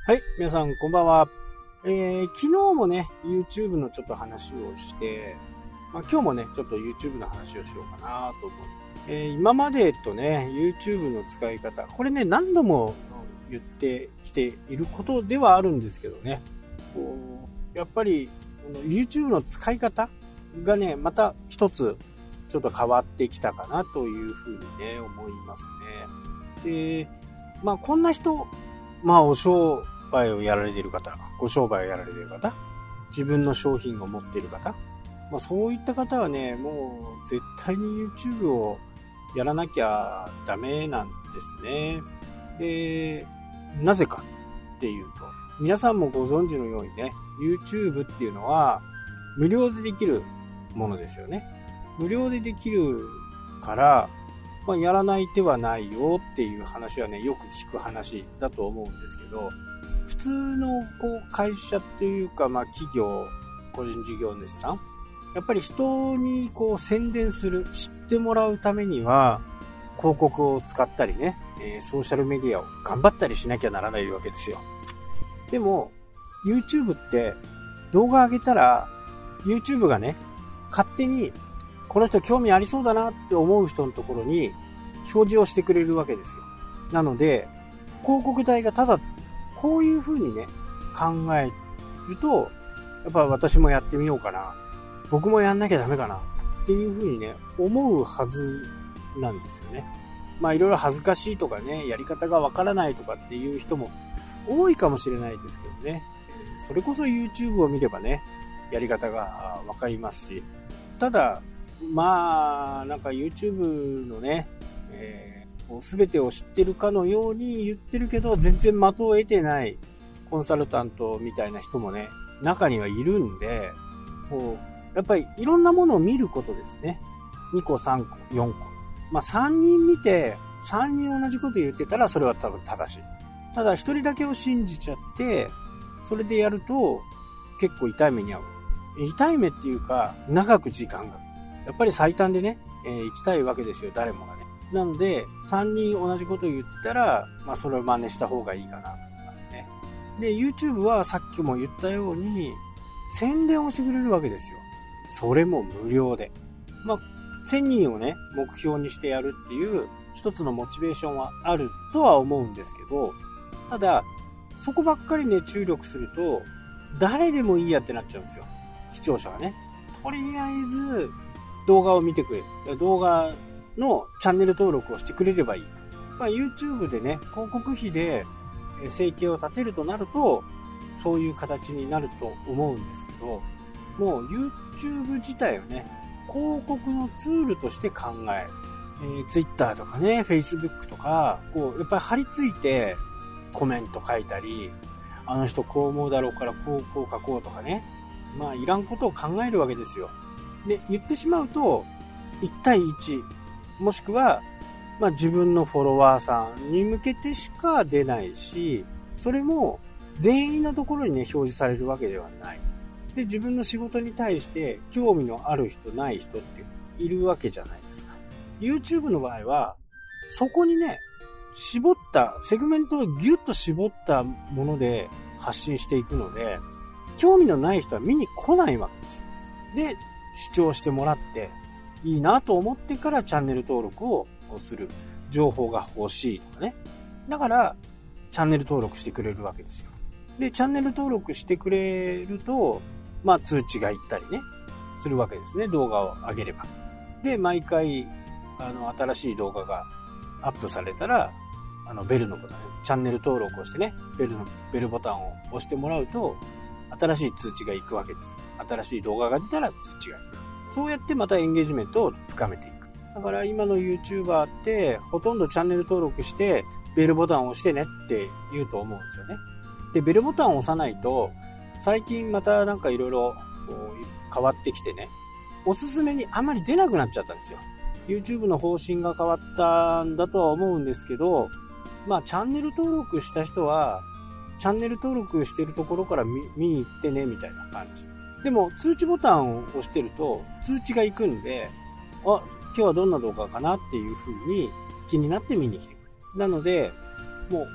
はい、皆さんこんばんは。昨日もね、YouTube のちょっと話をして、今日もね、ちょっと YouTube の話をしようかなと思う。今までとね、YouTube の使い方、これね、何度も言ってきていることではあるんですけどね、やっぱり YouTube の使い方がね、また一つちょっと変わってきたかなというふうにね、思いますね。で、こんな人、お商売をやられている方、ご商売をやられている方、自分の商品を持っている方、そういった方はね、もう絶対に YouTube をやらなきゃダメなんですね。で、なぜかっていうと、皆さんもご存知のようにね、YouTube っていうのは無料でできるものですよね。無料でできるから、やらない手はないよっていう話はね、よく聞く話だと思うんですけど、普通の会社っていうか、企業、個人事業主さん、やっぱり人に宣伝する、知ってもらうためには、広告を使ったりね、ソーシャルメディアを頑張ったりしなきゃならないわけですよ。でも、YouTube って動画上げたら、YouTube がね、勝手にこの人興味ありそうだなって思う人のところに表示をしてくれるわけですよ。なので、広告代がただ、こういう風にね、考えると、やっぱ私もやってみようかな。僕もやんなきゃダメかな。っていう風にね、思うはずなんですよね。いろいろ恥ずかしいとかね、やり方がわからないとかっていう人も多いかもしれないですけどね。それこそ YouTube を見ればね、やり方がわかりますし。ただ、YouTube のね、全てを知ってるかのように言ってるけど、全然的を得てないコンサルタントみたいな人もね、中にはいるんで、やっぱりいろんなものを見ることですね。2個、3個、4個。3人見て、3人同じこと言ってたら、それは多分正しい。ただ、1人だけを信じちゃって、それでやると、結構痛い目に遭う。痛い目っていうか、長く時間が。やっぱり最短でね、行きたいわけですよ、誰もがね。なので、3人同じことを言ってたら、それを真似した方がいいかなと思いますね。で、YouTube はさっきも言ったように、宣伝をしてくれるわけですよ。それも無料で。1000人をね、目標にしてやるっていう一つのモチベーションはあるとは思うんですけど、ただ、そこばっかりね、注力すると、誰でもいいやってなっちゃうんですよ。視聴者がね。とりあえず、動画を見てくれる。動画のチャンネル登録をしてくれればいい。YouTube でね、広告費で生計を立てるとなると、そういう形になると思うんですけど、もう YouTube 自体をね、広告のツールとして考える。Twitter とかね、Facebook とか、やっぱり貼り付いてコメント書いたり、あの人こう思うだろうからこう書こうとかね。いらんことを考えるわけですよ。で、言ってしまうと、1対1、もしくは、自分のフォロワーさんに向けてしか出ないし、それも全員のところにね、表示されるわけではない。で、自分の仕事に対して興味のある人、ない人っているわけじゃないですか。YouTube の場合は、そこにね、絞った、セグメントをギュッと絞ったもので発信していくので、興味のない人は見に来ないわけですよ。で、視聴してもらって、いいなと思ってからチャンネル登録をする。情報が欲しいとかね。だから、チャンネル登録してくれるわけですよ。で、チャンネル登録してくれると、通知がいったりね、するわけですね。動画を上げれば。で、毎回、新しい動画がアップされたら、ベルのボタン、チャンネル登録をしてね、ベルボタンを押してもらうと、新しい通知が行くわけです。新しい動画が出たら通知が行く。そうやってまたエンゲージメントを深めていく。だから今の YouTuber ってほとんどチャンネル登録してベルボタンを押してねって言うと思うんですよね。で、ベルボタンを押さないと最近またいろいろ変わってきてね、おすすめにあまり出なくなっちゃったんですよ。YouTube の方針が変わったんだとは思うんですけど、チャンネル登録した人はチャンネル登録してるところから見に行ってねみたいな感じ。でも通知ボタンを押してると通知が行くんで、今日はどんな動画かなっていう風に気になって見に来てくれる。なので、もう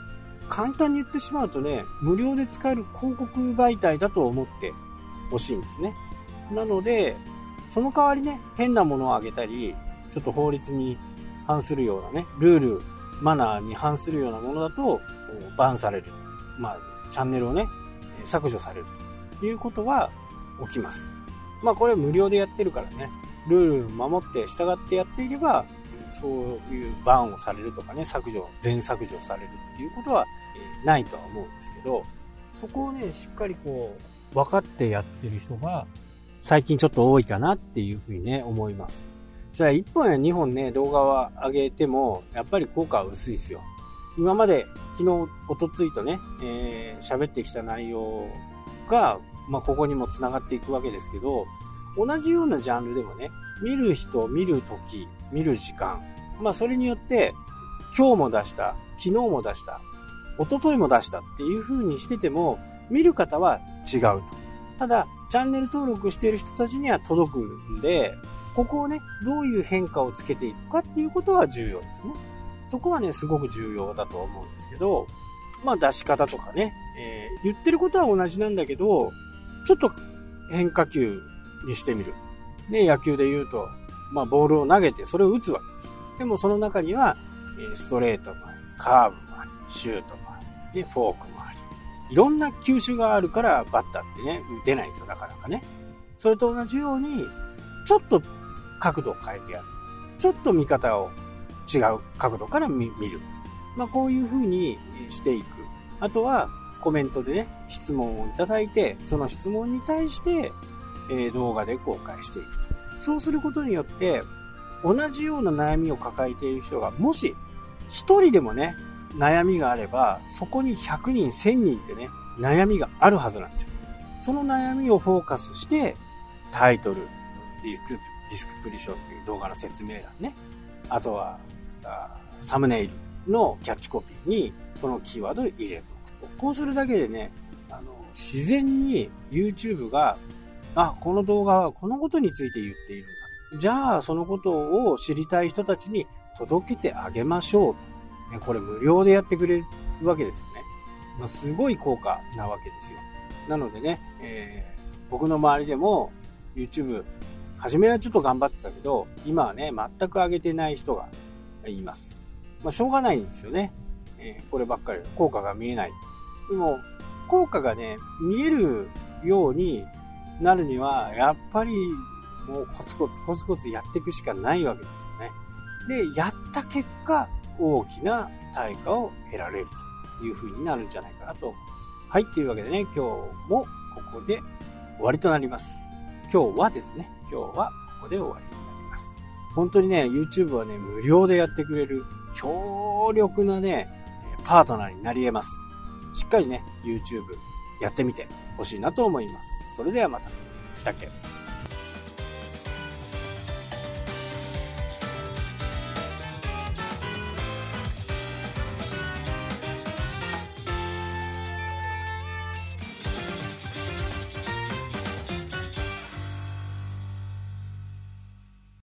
簡単に言ってしまうとね、無料で使える広告媒体だと思ってほしいんですね。なので、その代わりね、変なものをあげたり、ちょっと法律に反するようなね、ルール、マナーに反するようなものだと、バンされる。まあ、チャンネルをね、削除されるということは起きます。まあ、これ無料でやってるからね、ルールを守って従ってやっていれば、そういうバンをされるとかね、全削除されるっていうことはないとは思うんですけど、そこをね、しっかりこう、分かってやってる人が、最近ちょっと多いかなっていうふうにね、思います。じゃあ1本や2本ね、動画は上げても、やっぱり効果は薄いですよ。今まで、昨日、おとついとね、喋ってきた内容が、まあ、ここにも繋がっていくわけですけど、同じようなジャンルでもね、見る人、見る時、見る時間、まあ、それによって、今日も出した、昨日も出した、一昨日も出したっていう風にしてても、見る方は違うと。ただ、チャンネル登録している人たちには届くんで、ここをね、どういう変化をつけていくかっていうことは重要ですね。そこはね、すごく重要だと思うんですけど、まあ出し方とかね、言ってることは同じなんだけど、ちょっと変化球にしてみる。ね、野球で言うと、まあボールを投げてそれを打つわけです。でもその中には、ストレートもあり、カーブもあり、シュートもあり、フォークもあり。いろんな球種があるからバッターってね、打てないんですよ、なかなかね。それと同じように、ちょっと角度を変えてやる。ちょっと見方を違う角度から見る。まあこういう風にしていく。あとはコメントでね、質問をいただいて、その質問に対して、動画で公開していくと。そうすることによって、同じような悩みを抱えている人が、もし一人でもね、悩みがあれば、そこに100人、1000人ってね、悩みがあるはずなんですよ。その悩みをフォーカスして、タイトル、ディスクプリションという動画の説明欄ね。あとは、サムネイルのキャッチコピーにそのキーワードを入れておくと。こうするだけでね、自然に YouTube が、この動画はこのことについて言っているんだ。じゃあ、そのことを知りたい人たちに届けてあげましょう。これ無料でやってくれるわけですよね。まあ、すごい効果なわけですよ。なのでね、僕の周りでも YouTube、初めはちょっと頑張ってたけど、今はね、全く上げてない人がいます。まあ、しょうがないんですよね。こればっかり効果が見えない。でも、効果がね、見えるようになるには、やっぱりもうコツコツやっていくしかないわけですよね。で、やった結果、大きな対価を得られるという風になるんじゃないかなと。はい、というわけでね、今日もここで終わりとなります。今日はここで終わりになります。本当にね、YouTube はね、無料でやってくれる強力なね、パートナーになり得ます。しっかりね、YouTube やってみてほしいなと思います。それではまた。したっけ？